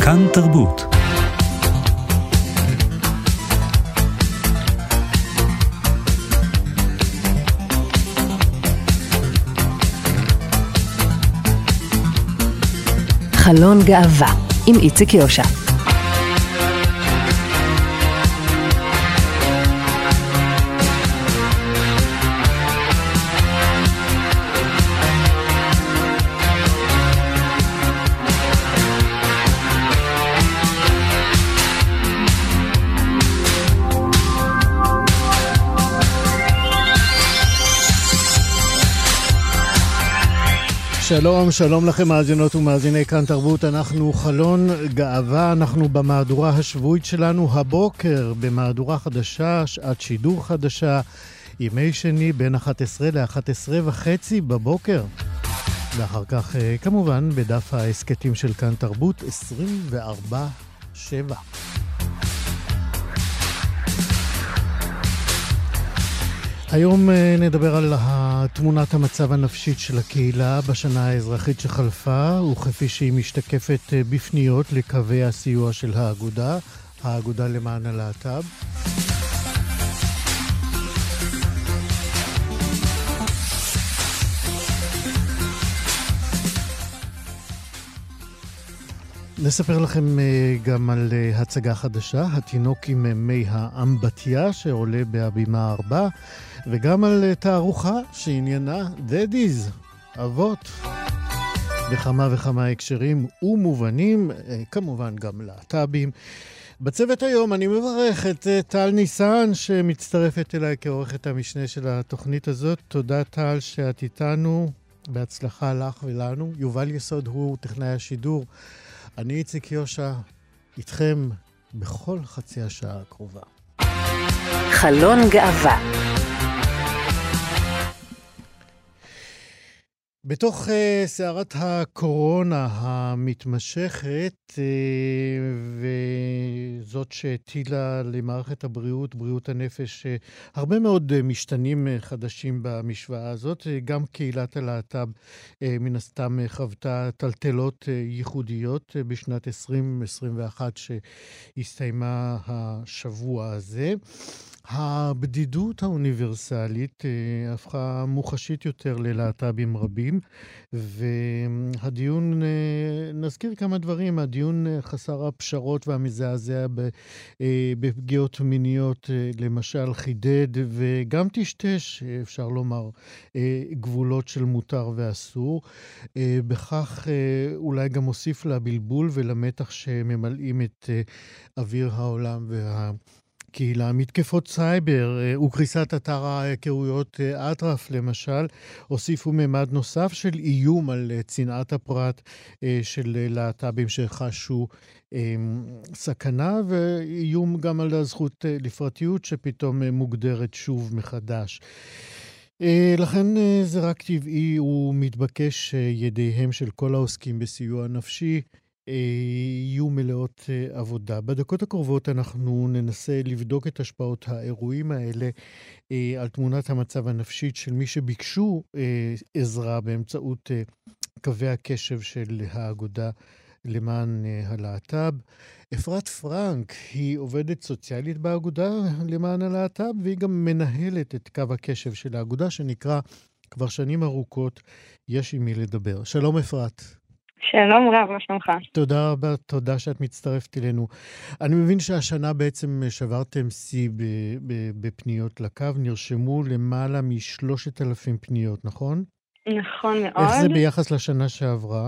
כאן תרבות. חלון גאווה עם איציק יושע. שלום, שלום לכם מאזינות ומאזיני כאן תרבות. אנחנו חלון גאווה, אנחנו במהדורה השבועית שלנו הבוקר, במהדורה חדשה, שעת שידור חדשה, ימי שני בין 11 ל-11:30 בבוקר. ואחר כך כמובן בדף העסקטים של כאן תרבות 24/7. היום נדבר על תמונת המצב הנפשית של הקהילה בשנה האזרחית שחלפה, וכפי שהיא משתקפת בפניות לקווי הסיוע של האגודה למען הלהט"ב. נספר לכם גם על הצגה חדשה, התינוק עם מי האמבטיה שעולה בהבימה 4, וגם על תערוכה שעניינה דדיז, אבות, בכמה וכמה הקשרים ומובנים, כמובן גם להט"בים. בצוות היום אני מברך את טל ניסן שמצטרפת אליי כעורכת המשנה של התוכנית הזאת. תודה טל שאת איתנו, בהצלחה לך ולנו. יובל יסוד הוא טכנאי השידור. אני איציק יושע, איתכם בכל חצי השעה הקרובה. חלון גאווה. בתוך סערת הקורונה המתמשכת, וזאת שהטילה למערכת הבריאות, בריאות הנפש, הרבה מאוד משתנים חדשים במשוואה הזאת. גם קהילת הלהט"ב מן הסתם חוותה טלטלות ייחודיות בשנת 2021 שהסתיימה השבוע הזה. הבדידות האוניברסלית הפכה מוחשית יותר ללהט"בים רבים, והדיון, נזכיר כמה דברים, הדיון חסר הפשרות והמזעזע בפגיעות מיניות למשל חידד וגם טשטש, אפשר לומר, גבולות של מותר ואסור. בכך אולי גם הוסיף לבלבול ולמתח שממלאים את אוויר העולם קהילה. מתקפות סייבר וקריסת אתר ההיכרויות אטרף למשל הוסיפו ממד נוסף של איום על צנעת הפרט של להט"בים שחשו סכנה, ואיום גם על הזכות לפרטיות שפתאום מוגדרת שוב מחדש. לכן זה רק טבעי ומתבקש ידיהם של כל העוסקים בסיוע נפשי יהיו מלאות עבודה. בדקות הקרובות אנחנו ננסה לבדוק את השפעות האירועים האלה על תמונת המצב הנפשית של מי שביקשו עזרה באמצעות קווי הקשב של האגודה למען הלהט"ב. אפרת פרנק היא עובדת סוציאלית באגודה למען הלהט"ב, והיא גם מנהלת את קו הקשב של האגודה שנקרא כבר שנים ארוכות יש עם מי לדבר. שלום אפרת. שלום רב, מה שלומך? תודה רבה, תודה שאת מצטרפת אלינו. אני מבין שהשנה בעצם שברתם שיא בפניות לקו, נרשמו למעלה מ3,000 פניות, נכון? נכון מאוד. איך זה ביחס לשנה שעברה?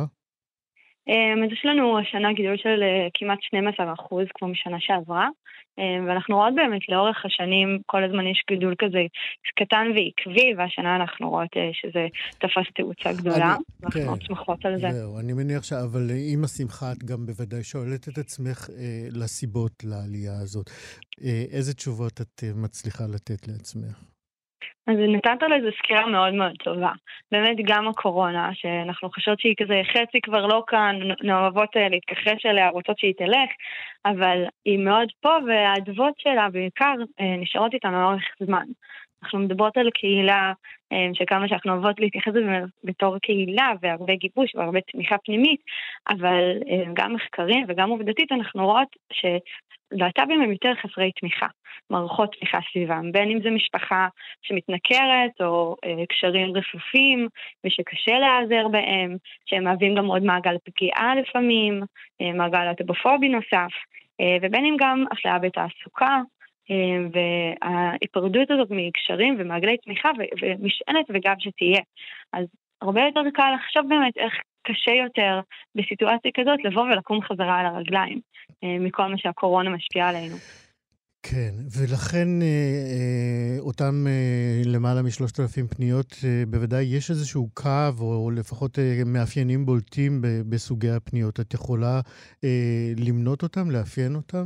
אז יש לנו השנה גידול של כמעט 12% כמו משנה שעברה, ואנחנו רואות באמת לאורך השנים כל הזמן יש גידול כזה קטן ועקבי, והשנה אנחנו רואות שזה תפס תאוצה גדולה, אנחנו מאוד שמחות על זה. זהו, אני מניח אבל עם השמחה את גם בוודאי שואלת את עצמך לסיבות לעלייה הזאת. איזה תשובות את מצליחה לתת לעצמך? אז נתת לו איזו סקירה מאוד מאוד טובה. באמת גם הקורונה, שאנחנו חושבות שהיא כזה חצי כבר לא כאן, נאהבות להתכחש אליה, רוצות שהיא תלך, אבל היא מאוד פה, והעדבות שלה בעיקר נשארות איתנו לאורך זמן. אנחנו מדברות על קהילה שכמה שאנחנו אוהבות להתייחס לזה בתור קהילה והרבה גיבוש והרבה תמיכה פנימית, אבל גם מחקרים וגם עובדתית אנחנו רואות שלהט"בים הם יותר חסרי תמיכה, מערכות תמיכה סביבם, בין אם זה משפחה שמתנכרת או קשרים רפופים ושקשה להיעזר בהם, שהם מהווים גם עוד מעגל פגיעה לפעמים, מעגל להט"בופובי נוסף, ובין אם גם אפליה בתעסוקה, וההיפרדות הזאת מקשרים ומעגלי תמיכה ומשענת וגם שתהיה. אז הרבה יותר קל לחשוב באמת איך קשה יותר בסיטואציה כזאת לבוא ולקום חזרה על הרגליים מכל מה שהקורונה משפיעה עלינו. כן, ולכן אותם למעלה מ3,000 פניות, בוודאי יש איזשהו קו או לפחות מאפיינים בולטים בסוגי הפניות. את יכולה למנות אותם, לאפיין אותם?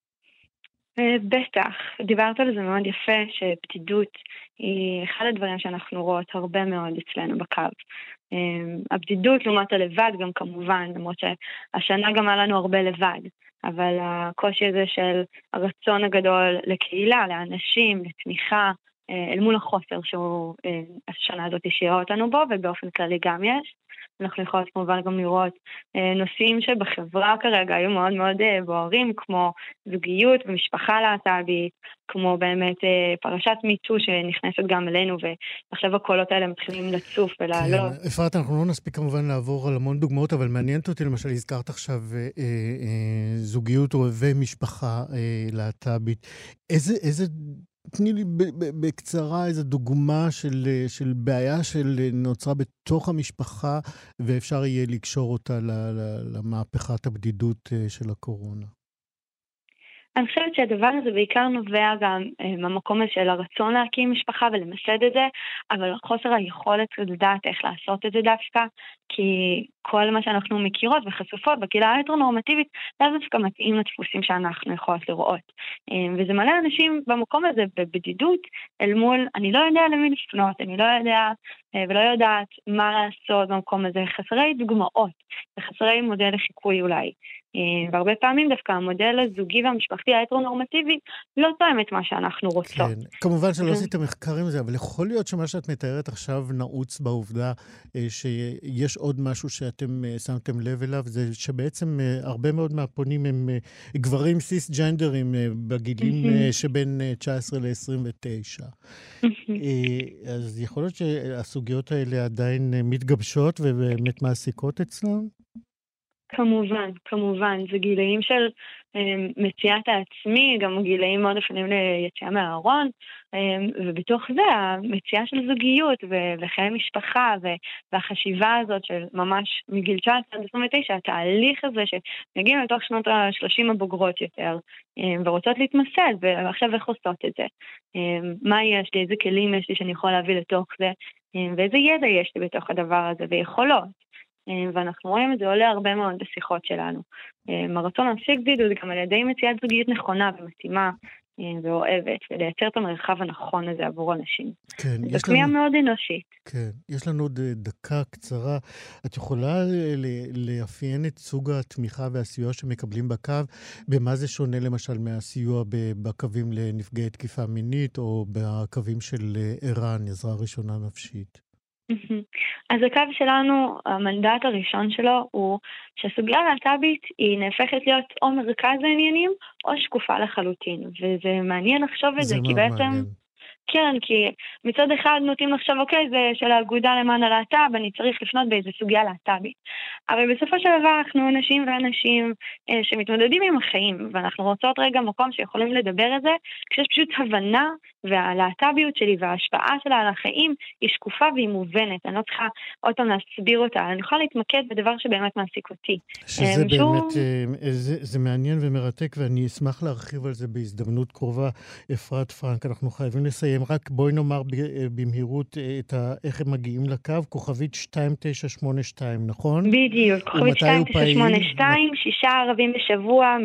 בטח, דיברת על זה מאוד יפה, שבדידות היא אחד הדברים שאנחנו רואות הרבה מאוד אצלנו בקו. הבדידות לעומת הלבד גם כמובן, למרות שהשנה גם היה לנו הרבה לבד, אבל הקושי הזה של הרצון הגדול לקהילה, לאנשים, לתמיכה, אל מול החוסר שהוא השנה הזאת השאירה אותנו בו, ובאופן כללי גם יש. אנחנו יכולים כמובן גם לראות נושאים שבחברה כרגע היו מאוד מאוד בוערים, כמו זוגיות ומשפחה להט"בית, כמו באמת פרשת מיטו שנכנסת גם אלינו, ועכשיו הקולות האלה מתחילים לצוף ולעלות. כן, אפרת, אנחנו לא נספיק כמובן לעבור על המון דוגמאות, אבל מעניינת אותי, למשל, הזכרת עכשיו זוגיות ומשפחה להט"בית. איזה תני לי בקצרה איזו דוגמה של בעיה שנוצרה בתוך המשפחה, ואפשר יהיה לקשור אותה למהפכת הבדידות של הקורונה. אני חושבת שהדבר הזה בעיקר נובע גם מהמקום הזה של הרצון להקים משפחה ולמסד את זה, אבל חוסר היכולת לדעת איך לעשות את זה דווקא, כי כל מה שאנחנו מכירות וחשופות בקהילה ההטרונורמטיבית, לאו דווקא מתאים לדפוסים שאנחנו יכולות לראות. וזה מלא אנשים במקום הזה בבדידות, אל מול, אני לא יודע למי לפנות, אני לא יודע ולא יודעת מה לעשות במקום הזה, חסרי דוגמאות, וחסרי מודל לחיקוי אולי. והרבה פעמים דווקא המודל הזוגי והמשפחתי ההטרונורמטיבי לא תואם את מה שאנחנו רוצות. כן, כמובן שלא עשית מחקר עם זה, אבל יכול להיות שמה שאת מתארת עכשיו נעוץ בעובדה שיש עוד משהו שאתם שמתם לב אליו, זה שבעצם הרבה מאוד מהפונים הם גברים סיס-ג'נדרים בגילים שבין 19 ל-29. אז יכול להיות שהסוגיות האלה עדיין מתגבשות ובאמת מעסיקות אצלם? כמובן, זה גילאים של מציאת העצמי, גם גילאים מאוד אפשריים ליציאה מהארון, ובתוך זה המציאה של זוגיות וחיי משפחה והחשיבה הזאת של ממש מגיל 19 עד 29, התהליך הזה שמגיעים לתוך שנות ה-30 הבוגרות יותר, ורוצות להתמסד, ועכשיו איך עושות את זה? מה יש לי, איזה כלים יש לי שאני יכול להביא לתוך זה, ואיזה ידע יש לי בתוך הדבר הזה, ויכולות. ואנחנו רואים את זה עולה הרבה מאוד בשיחות שלנו. הרצון להפסיק בדידות גם על ידי מציאת זוגיות נכונה ומתאימה ואוהבת, ולייצר את המרחב הנכון הזה עבור אנשים. כן, זו כמיהה מאוד אנושית. כן, יש לנו עוד דקה קצרה. את יכולה לאפיין את סוג התמיכה והסיוע שמקבלים בקו, במה זה שונה למשל מהסיוע בקווים לנפגעי תקיפה מינית, או בקווים של ער"ן, עזרה ראשונה נפשית? אז הקו שלנו, המנדט הראשון שלו הוא שהסוגיה הלהט"בית היא נהפכת להיות או מרכז העניינים או שקופה לחלוטין, וזה מעניין לחשוב את זה, כי בעצם כן, כי מצד אחד נוטים לחשוב, אוקיי, זה של האגודה למען הלהט"ב, אני צריך לפנות באיזו סוגיה להט"בית. אבל בסופו של דבר אנחנו אנשים ואנשים שמתמודדים עם החיים, ואנחנו רוצות רגע מקום שיכולים לדבר על זה, כשיש פשוט הבנה, והלהט"ביות שלי וההשפעה שלה על החיים היא שקופה והיא מובנת. אני לא צריכה עוד פעם להסביר אותה, אני יכולה להתמקד בדבר שבאמת מעסיק אותי. שזה באמת, זה מעניין ומרתק, ואני אשמח להרחיב על זה בהזדמנות קרובה. אפרת פרנק, אנחנו חייבים לסיים. רק בואי נאמר במהירות איך הם מגיעים לקו, כוכבית 2982, נכון? בדיוק, כוכבית 2982, 6 ערבים בשבוע,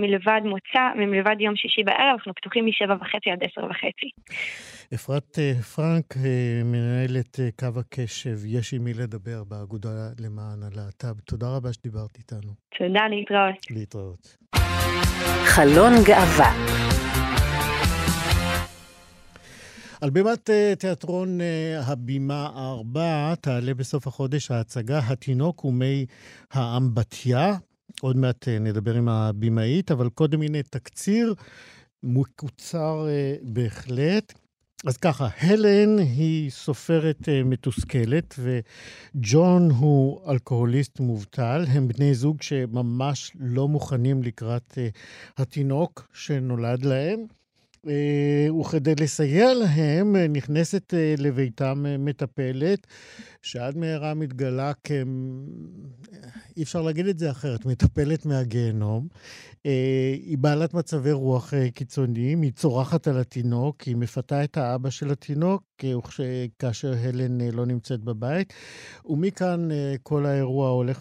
מלבד יום שישי בערב, אנחנו פתוחים מ7:30 עד 10:30. אפרת פרנק, מנהלת קו הקשב, יש עם מי לדבר באגודה למען הלהט"ב. תודה רבה שדיברת איתנו. תודה, להתראות. להתראות. חלון גאווה. על בימת תיאטרון הבימה 4 תעלה בסוף החודש ההצגה התינוק ומי האמבטיה. עוד מעט נדבר עם הבימאית, אבל קודם הנה תקציר מקוצר בהחלט. אז ככה, הלן היא סופרת מתוסכלת, וג'ון הוא אלכוהוליסט מובטל. הם בני זוג שממש לא מוכנים לקראת התינוק שנולד להם. וכדי לסייע להם נכנסת לביתם מטפלת, שעד מהרה מתגלה אי אפשר להגיד את זה אחרת, מטפלת מהגיהנום. היא בעלת מצבי רוח קיצוניים, היא צורחת על התינוק, היא מפתה את האבא של התינוק, כאשר הלן לא נמצאת בבית, ומכאן כל האירוע הולך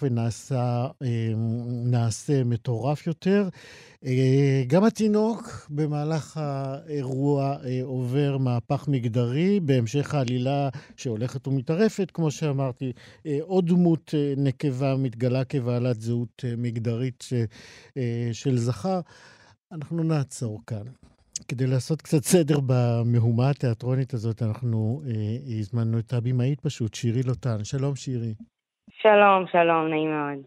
ונעשה מטורף יותר. גם התינוק במהלך האירוע עובר מהפך מגדרי, בהמשך העלילה שהולכת ומתערפת, כמו שאמרתי, עוד דמות נקבה מתגלה כבעלת זהות מגדרית של זכר. אנחנו נעצור כאן. כדי לעשות קצת סדר במהומה התיאטרונית הזאת, אנחנו הזמנו את הבימאית פשוט, שירי לוטן. שלום שירי. שלום, נעים מאוד.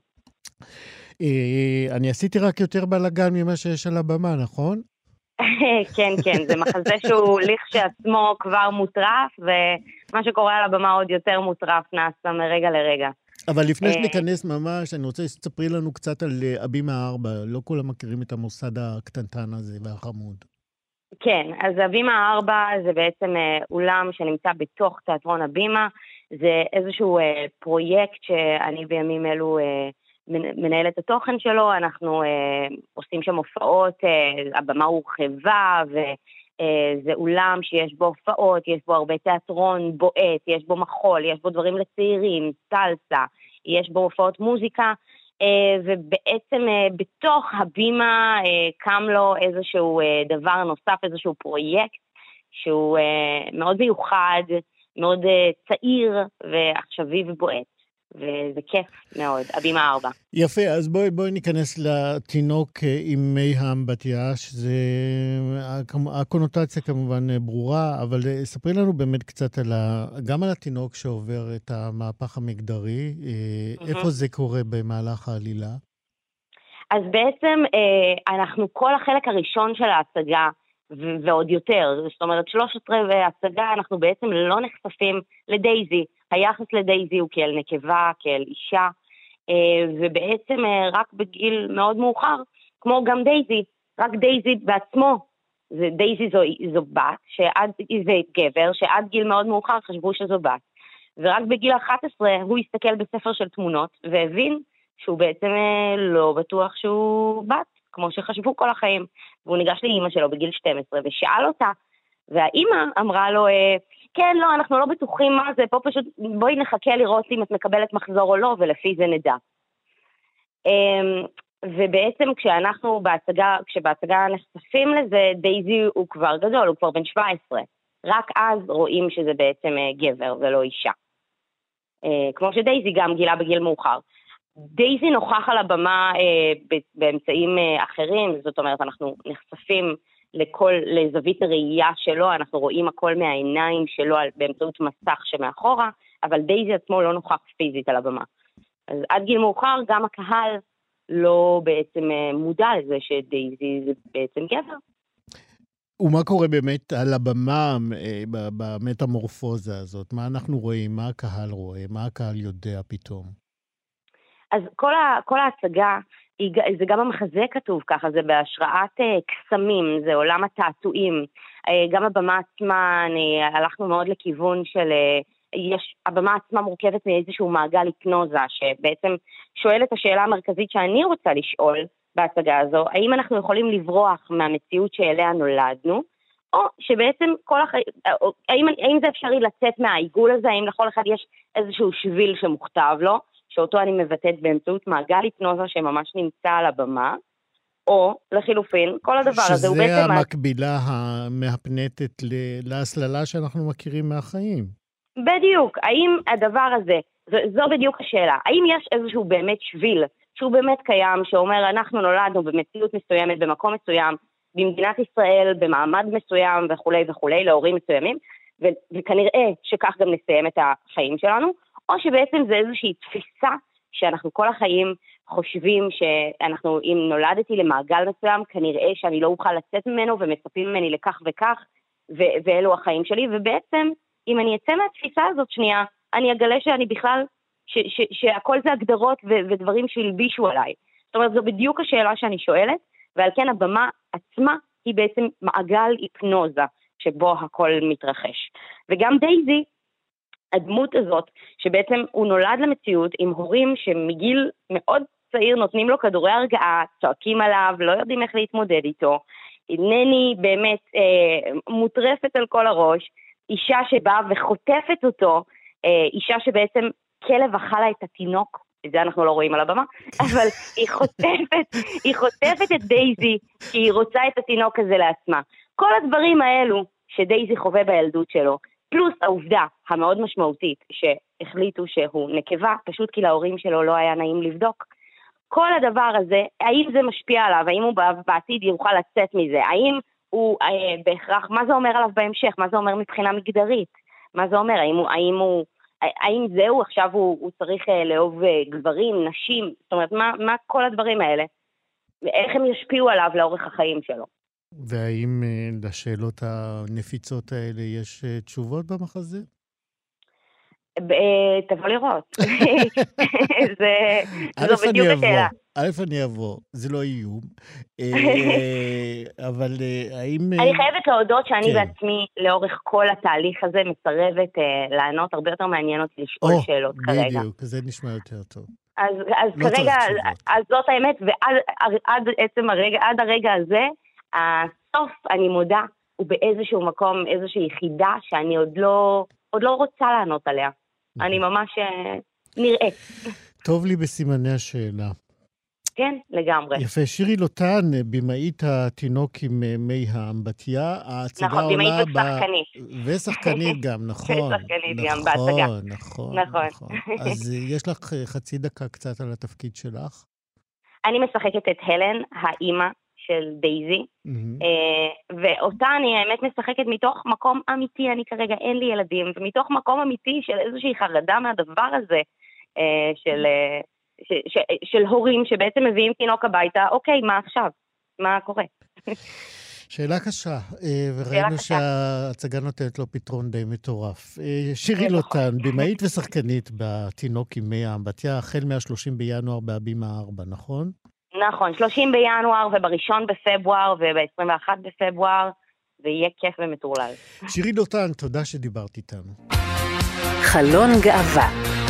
אני עשיתי רק יותר בלגן ממה שיש על הבמה, נכון? כן, זה מחזה שהוא לכשעצמו כבר מוטרף, ומה שקורה על הבמה עוד יותר מוטרף נעשה מרגע לרגע. אבל לפני שניכנס ממש, אני רוצה שתספרי לנו קצת על הבימה 4, לא כולם מכירים את המוסד הקטנטן הזה והחמוד. כן, אז הבימה 4 זה בעצם אולם שנמצא בתוך תיאטרון הבימה, זה איזשהו פרויקט שאני בימים אלו מנהל את התוכן שלו, אנחנו עושים שם הופעות, הבמה הורחבה, וזה אולם שיש בו הופעות, יש בו הרבה תיאטרון בועט, יש בו מחול, יש בו דברים לצעירים, סלסה, יש בו הופעות מוזיקה, ובעצם בתוך הבימה קם לו איזשהו דבר נוסף, איזשהו פרויקט, שהוא מאוד מיוחד, מאוד צעיר ועכשווי ובועט. וזה כיף מאוד, הבימה 4. יפה, אז בואי ניכנס לתינוק עם מי האמבטיה, שזה הקונוטציה כמובן ברורה, אבל ספרי לנו באמת קצת גם על התינוק שעובר את המהפך המגדרי, איפה זה קורה במהלך העלילה? אז בעצם אנחנו כל החלק הראשון של ההצגה, ועוד יותר, זאת אומרת 13 וההצגה, אנחנו בעצם לא נחשפים לדייזי, היחס לדייזי הוא כאל נקבה, כאל אישה, ובעצם רק בגיל מאוד מאוחר, כמו גם דייזי, רק דייזי בעצמו, דייזי זו בת, זה גבר, שעד גיל מאוד מאוחר חשבו שזו בת, ורק בגיל 11 הוא הסתכל בספר של תמונות, והבין שהוא בעצם לא בטוח שהוא בת, כמו שחשבו כל החיים, והוא ניגש לאמא שלו בגיל 12 ושאל אותה, והאמא אמרה לו, כן, לא, אנחנו לא בטוחים מה זה, פה פשוט בואי נחכה לראות אם את מקבלת מחזור או לא, ולפי זה נדע. ובעצם כשבהצגה נחשפים לזה, דייזי הוא כבר גדול, הוא כבר בן 17. רק אז רואים שזה בעצם גבר ולא אישה. כמו שדייזי גם גילה בגיל מאוחר. דייזי נוכח על הבמה באמצעים אחרים, זאת אומרת, אנחנו נחשפים לזווית הראייה שלו, אנחנו רואים הכל מהעיניים שלו באמצעות מסך שמאחורה, אבל דייזי עצמו לא נוכח פיזית על הבמה. אז עד גיל מאוחר גם הקהל לא בעצם מודע לזה שדייזי זה בעצם גבר. ומה קורה באמת על הבמה במטמורפוזה הזאת? מה אנחנו רואים? מה הקהל רואה? מה הקהל יודע פתאום? אז כל ההצגה, זה גם המחזה כתוב ככה, זה בהשראת קסמים, זה עולם התעתועים. גם הבמה עצמה, הלכנו מאוד לכיוון של, הבמה עצמה מורכבת מאיזשהו מעגל היפנוזה, שבעצם שואל את השאלה המרכזית שאני רוצה לשאול בהצגה הזו, האם אנחנו יכולים לברוח מהמציאות שאליה נולדנו, או שבעצם האם זה אפשרי לצאת מהעיגול הזה, האם לכל אחד יש איזשהו שביל שמוכתב לו, שאותו אני מבטאת באמצעות מעגל היפנוזה שממש נמצא על הבמה, או לחילופין, כל הדבר הזה הוא בעצם... שזה המקבילה המהפנטת להסללה שאנחנו מכירים מהחיים. בדיוק, האם הדבר הזה, זו בדיוק השאלה, האם יש איזשהו באמת שביל, שהוא באמת קיים, שאומר אנחנו נולדנו במציאות מסוימת, במקום מסוים, במדינת ישראל, במעמד מסוים וכו' וכו', להורים מסוימים, וכנראה שכך גם נסיים את החיים שלנו, או שבעצם זה איזושהי תפיסה שאנחנו כל החיים חושבים שאנחנו, אם נולדתי למעגל מסוים, כנראה שאני לא אוכל לצאת ממנו ומצפים ממני לכך וכך, ואלו החיים שלי, ובעצם אם אני אצא מהתפיסה הזאת שנייה, אני אגלה שאני בכלל, שהכל זה הגדרות ודברים שהלבישו עליי. זאת אומרת, זו בדיוק השאלה שאני שואלת, ועל כן הבמה עצמה היא בעצם מעגל היפנוזה, שבו הכל מתרחש. וגם דייזי, הדמות הזאת, שבעצם הוא נולד למציאות עם הורים שמגיל מאוד צעיר נותנים לו כדורי הרגעה, צועקים עליו, לא יודעים איך להתמודד איתו, אינני באמת מוטרפת על כל הראש, אישה שבאה וחוטפת אותו, אישה שבעצם כלב אכל לה את התינוק, את זה אנחנו לא רואים על הבמה, אבל היא חוטפת את דייזי, כי היא רוצה את התינוק הזה לעצמה. כל הדברים האלו שדייזי חווה בילדות שלו, פלוס העובדה המאוד משמעותית שהחליטו שהוא נקבה, פשוט כי להורים שלו לא היה נעים לבדוק. כל הדבר הזה, האם זה משפיע עליו, האם הוא בעתיד יוכל לצאת מזה, האם הוא בהכרח, מה זה אומר עליו בהמשך, מה זה אומר מבחינה מגדרית, מה זה אומר, האם זהו עכשיו הוא צריך לאהוב גברים, נשים, זאת אומרת, מה כל הדברים האלה, איך הם ישפיעו עליו לאורך החיים שלו. והאם לשאלות הנפיצות האלה יש תשובות במחזה? תבוא לראות. זו בדיוק השאלה. א' אני אבוא, זה לא איום, אבל האם... אני חייבת להודות שאני בעצמי לאורך כל התהליך הזה מסרבת לענות, הרבה יותר מעניין אותי לשאול שאלות כרגע. בדיוק, זה נשמע יותר טוב. אז כרגע, אז זאת האמת, ועד עצם הרגע, עד הרגע הזה, הסוף, אני מודה, הוא באיזשהו מקום, איזושהי יחידה שאני עוד לא רוצה לענות עליה. אני ממש נראה. טוב לי בסימני השאלה. כן, לגמרי. יפה, שירי לוטן, במאית התינוק עם מי האמבטיה, ההצגה עולה... נכון, במאית ושחקנית. ושחקנית גם, נכון. ושחקנית גם, בהצגה. נכון. אז יש לך חצי דקה קצת על התפקיד שלך? אני משחקת את הלן, האימא של דייזי, ואותה אני האמת משחקת מתוך מקום אמיתי, אני כרגע אין לי ילדים, ומתוך מקום אמיתי של איזושהי חרדה מהדבר הזה, של הורים שבעצם מביאים תינוק הביתה, אוקיי, מה עכשיו? מה קורה? שאלה קשה, וראינו שההצגה נותנת לו פתרון די מטורף. שירי לוטן, במאית ושחקנית בתינוק עם מי האמבטיה, החל מה-30 בינואר בהבימה 4, נכון? נכון, 30 בינואר וב-1 בפברואר וב-21 בפברואר, ויהיה כיף ומטורלל. שירי לוטן, תודה שדיברת איתנו. חלון גאווה.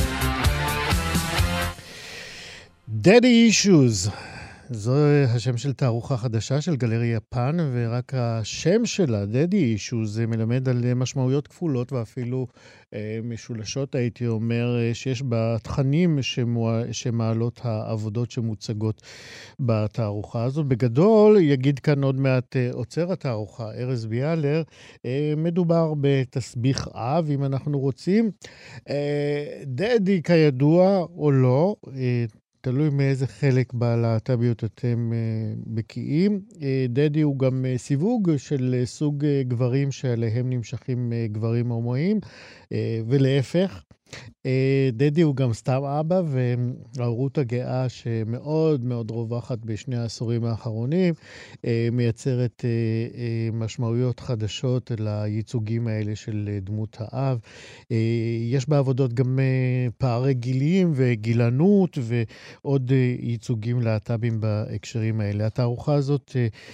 Daddy Issues, זו השם של תערוכה חדשה של גלריה יפן, ורק השם שלה, Daddy Issues, מלמד על משמעויות כפולות ואפילו משולשות, הייתי אומר, שיש בתכנים שמעלות העבודות שמוצגות בתערוכה הזאת. בגדול, יגיד כאן עוד מעט עוצר התערוכה, ארז ביאלר, מדובר בתסביך אב, אם אנחנו רוצים. דדי כידוע או לא, תלוי מאיזה חלק בלהט"ביות אתם בקיאים. דדי הוא גם סיווג של סוג גברים שעליהם נמשכים גברים הומואים, ולהפך. דדי הוא גם סתם אבא, וההורות הגאה שמאוד מאוד רווחת בשני העשורים האחרונים, מייצרת משמעויות חדשות לייצוגים האלה של דמות האב. יש בעבודות גם פערי גיליים וגילנות ועוד ייצוגים להט"בים בהקשרים האלה. התערוכה הזאת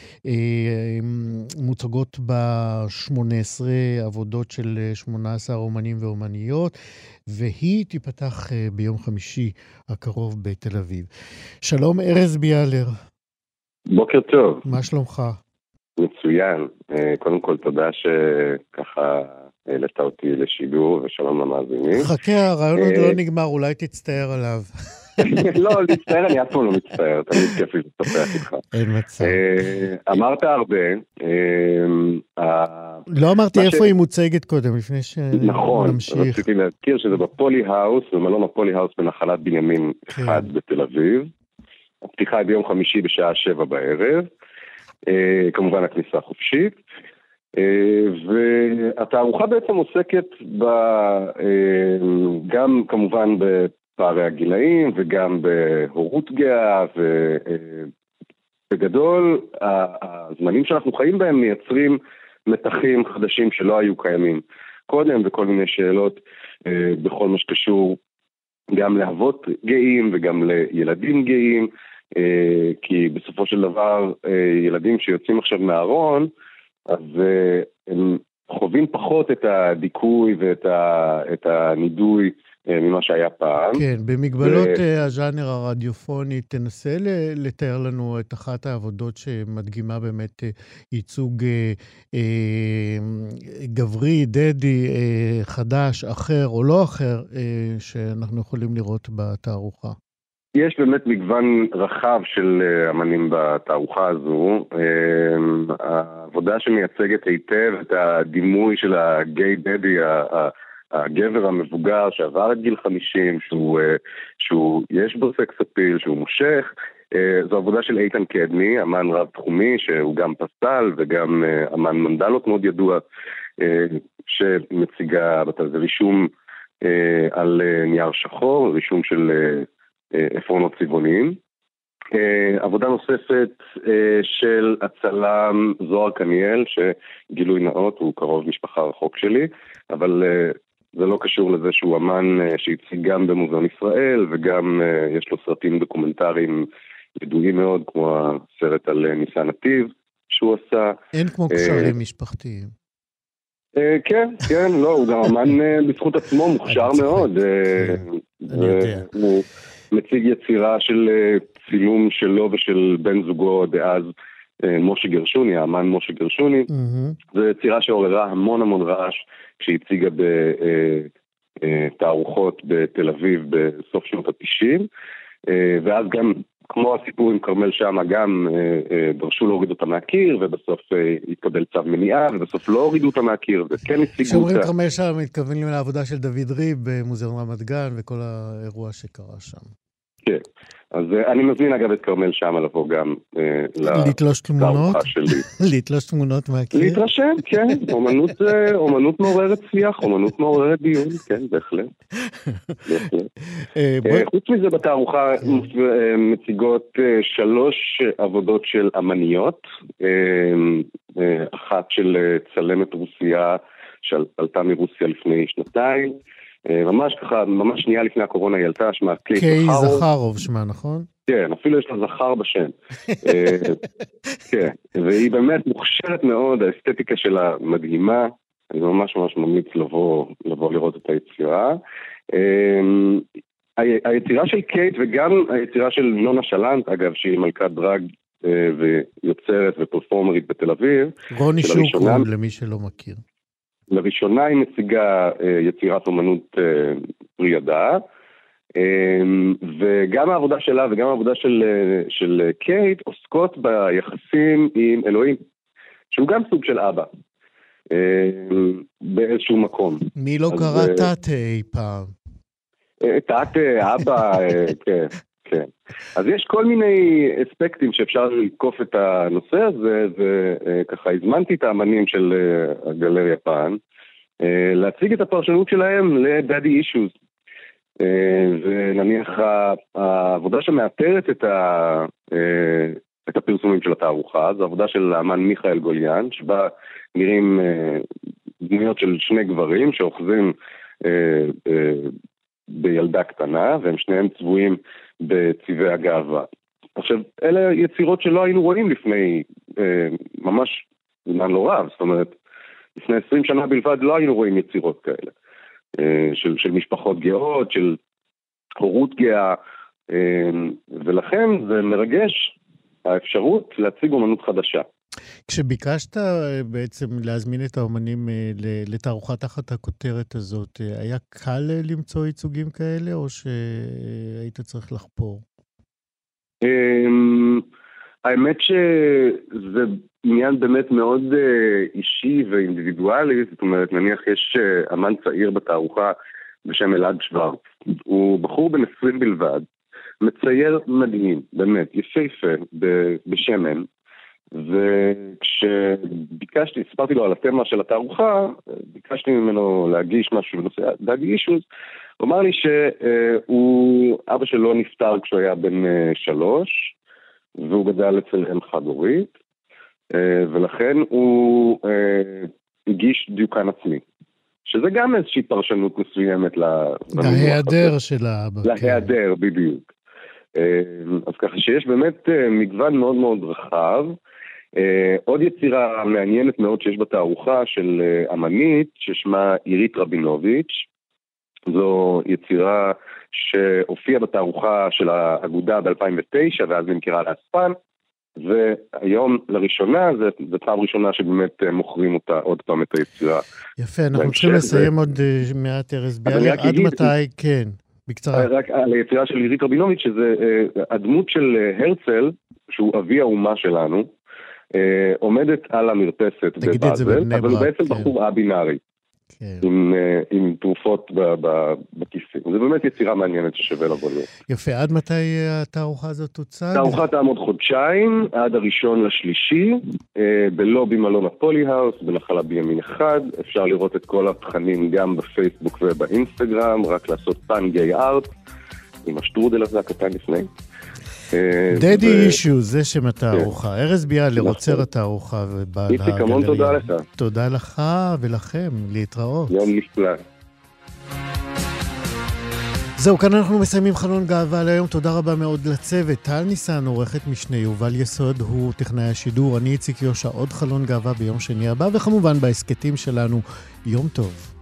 מוצגות ב-18 עבודות של 18 אומנים ואומניות, והיא תיפתח ביום חמישי הקרוב בתל אביב. שלום ארז ביאלר. בוקר טוב. מה שלומך? מצוין. קודם כל תודה שככה העלית אותי לשידור, ושלום למאזינים. חכה, הרעיון עוד לא נגמר, אולי תצטער עליו. לא, להצטער, אני אף פעם לא מצטער, תמיד כיף לי לספח איתך. אין מצב. אמרת הרבה. לא אמרתי איפה היא מוצגת קודם, לפני שנמשיך. נכון, רציתי להזכיר שזה בפולי האוס, במלון הפולי האוס בנחלת בנימין 1 בתל אביב. הפתיחה היא ביום חמישי בשעה 7 בערב. כמובן הכניסה חופשית. והתערוכה בעצם עוסקת גם כמובן בפערי הגילאים וגם בהורות גאה, ובגדול הזמנים שאנחנו חיים בהם מייצרים מתחים חדשים שלא היו קיימים קודם, וכל מיני שאלות בכל מה שקשור גם לאבות גאים וגם לילדים גאים, כי בסופו של דבר ילדים שיוצאים עכשיו מהארון, אז הם חווים פחות את הדיכוי ואת הנידוי ממה שהיה פעם. כן, במגבלות הז'אנר הרדיופוני, תנסה לתאר לנו את אחת העבודות שמדגימה באמת ייצוג גברי, דדי, חדש, אחר או לא אחר, שאנחנו יכולים לראות בתערוכה. יש באמת מגוון רחב של אמנים בתערוכה הזו. העבודה שמייצגת היטב את הדימוי של הגיי דדי, הגבר המבוגר שעבר את גיל 50, שהוא יש בו סקס אפיל, שהוא מושך. זו עבודה של איתן קדמי, אמן רב תחומי, שהוא גם פסל וגם אמן מנדלות מאוד ידוע, שמציגה זה רישום על נייר שחור, רישום של עפרונות צבעוניים. עבודה נוספת של הצלם זוהר קניאל, שגילוי נאות הוא קרוב משפחה רחוק שלי, אבל זה לא קשור לזה שהוא אמן שהציג גם במוזיאון ישראל, וגם יש לו סרטים דוקומנטריים ידועים מאוד, כמו הסרט על ניסן נתיב שהוא עשה. אין כמו קשרים משפחתיים. כן, כן, לא, הוא גם אמן בזכות עצמו, מוכשר מאוד. אני יודע. הוא מציג יצירה של צילום שלו ושל בן זוגו דאז, משה גרשוני, האמן משה גרשוני. זו יצירה שעוררה המון המון רעש, כשהיא הציגה בתערוכות בתל אביב בסוף שנות ה-90, ואז גם, כמו הסיפור עם כרמל שמה, גם דרשו להוריד אותה מהקיר, ובסוף התקבל צו מניעה, ובסוף לא הורידו אותה מהקיר, וכן הציגו אותה. כשאומרים כרמל שמה, מתכוונים לעבודה של דוד ריב במוזיאון רמת גן, וכל האירוע שקרה שם. כן, אז אני מזמין אגב את כרמל שמה לבוא גם לתלוש תמונות? לתלוש תמונות מהקיר? להתרשם, כן, אומנות מעוררת שיח, אומנות מעוררת דיון, כן, בהחלט. חוץ מזה בתערוכה מציגות 3 עבודות של אמניות, אחת של צלמת רוסיה שעלתה מרוסיה לפני 2 ממש ככה, ממש שנייה לפני הקורונה היא עלתה, שמה קייט זכרוב שמה, נכון? כן, אפילו יש לה זכר בשם. כן, והיא באמת מוכשרת מאוד, האסתטיקה שלה מדהימה, אני ממש ממש ממליץ לבוא לראות את היצירה. היצירה של קייט וגם היצירה של נונה שלנט, אגב, שהיא מלכת דרג ויוצרת ופרפורמרית בתל אביב. רוני שוקרון, למי שלא מכיר. לראשונה היא מציגה יצירת אומנות פרי-ידע, וגם העבודה שלה וגם העבודה של קייט עוסקות ביחסים עם אלוהים, שהוא גם סוג של אבא, באיזשהו מקום. מי לא קרא תת אי פעם? תת, אבא, כן. כן. אז יש כל מיני אספקטים שאפשר לקוף את הנושא הזה, וככה הזמנתי את האמנים של הגלריה פעם, להציג את הפרשנות שלהם לדאדי אישוז. ונניח העבודה שמאתרת את הפרסומים של התערוכה, זו עבודה של האמן מיכאל גוליאן, שבה נראים דמויות של 2 גברים שאוחזים בילדה קטנה, והם שניהם צבועים בצבעי הגאווה. עכשיו, אלה יצירות שלא היינו רואים לפני ממש זמן לא רב, זאת אומרת, לפני 20 שנה בלבד לא היינו רואים יצירות כאלה, של משפחות גאות, של הורות גאה, ולכן זה מרגש האפשרות להציג אומנות חדשה. כשביקשת בעצם להזמין את האומנים לתערוכה תחת הכותרת הזאת, היה קל למצוא ייצוגים כאלה, או שהיית צריך לחפור? האמת שזה עניין באמת מאוד אישי ואינדיבידואלי, זאת אומרת, נניח יש אמן צעיר בתערוכה בשם אלעד שוורץ, הוא בחור בן 20 בלבד, מצייר מדהים, באמת, יפהפה בשמן, וכשביקשתי, סיפרתי לו על התמה של התערוכה, ביקשתי ממנו להגיש משהו בנושא דאג אישוז, הוא אמר לי אבא שלו נפטר כשהוא היה בן 3, והוא גדל אצל אם חד-הורית, ולכן הוא הגיש דיוקן עצמי. שזה גם איזושהי פרשנות מסוימת להיעדר של האבא. להיעדר, בדיוק. אז ככה שיש באמת מגוון מאוד מאוד רחב. עוד יצירה מעניינת מאוד שיש בתערוכה של אמנית, ששמה עירית רבינוביץ'. זו יצירה שהופיעה בתערוכה של האגודה ב-2009, ואז נמכרה לאספן. והיום לראשונה, זו פעם ראשונה שבאמת מוכרים אותה עוד פעם את היצירה. יפה, אנחנו צריכים לסיים עוד מעט ארז ביאליק. עד מתי? כן, בקצרה. רק על היצירה של עירית רבינוביץ', שזה הדמות של הרצל, שהוא אבי האומה שלנו, עומדת על המרפסת בבאזל, אבל הוא בעצם בחור א-בינארי. עם תרופות בכיסים. זה באמת יצירה מעניינת ששווה לבוא לו. יפה, עד מתי התערוכה הזאת תוצג? התערוכה תעמוד חודשיים, עד 1/3, בלובי מלון הפולי-האוס, בנחלה בימין 1. אפשר לראות את כל התכנים גם בפייסבוק ובאינסטגרם, רק לעשות פן-גיי ארט, עם השטרודל הזה הקטן לפני. דדי אישו, זה שם התערוכה. ארז ביאליק, עוצר התערוכה. איציק, המון תודה לך. תודה לך ולכם, להתראות. יום נפלא. זהו, כאן אנחנו מסיימים חלון גאווה להיום. תודה רבה מאוד לצוות. טל ניסן, עורכת משנה, יובל יסוד הוא טכנאי השידור. אני איציק יושע, עוד חלון גאווה ביום שני הבא, וכמובן בהסקטים שלנו. יום טוב.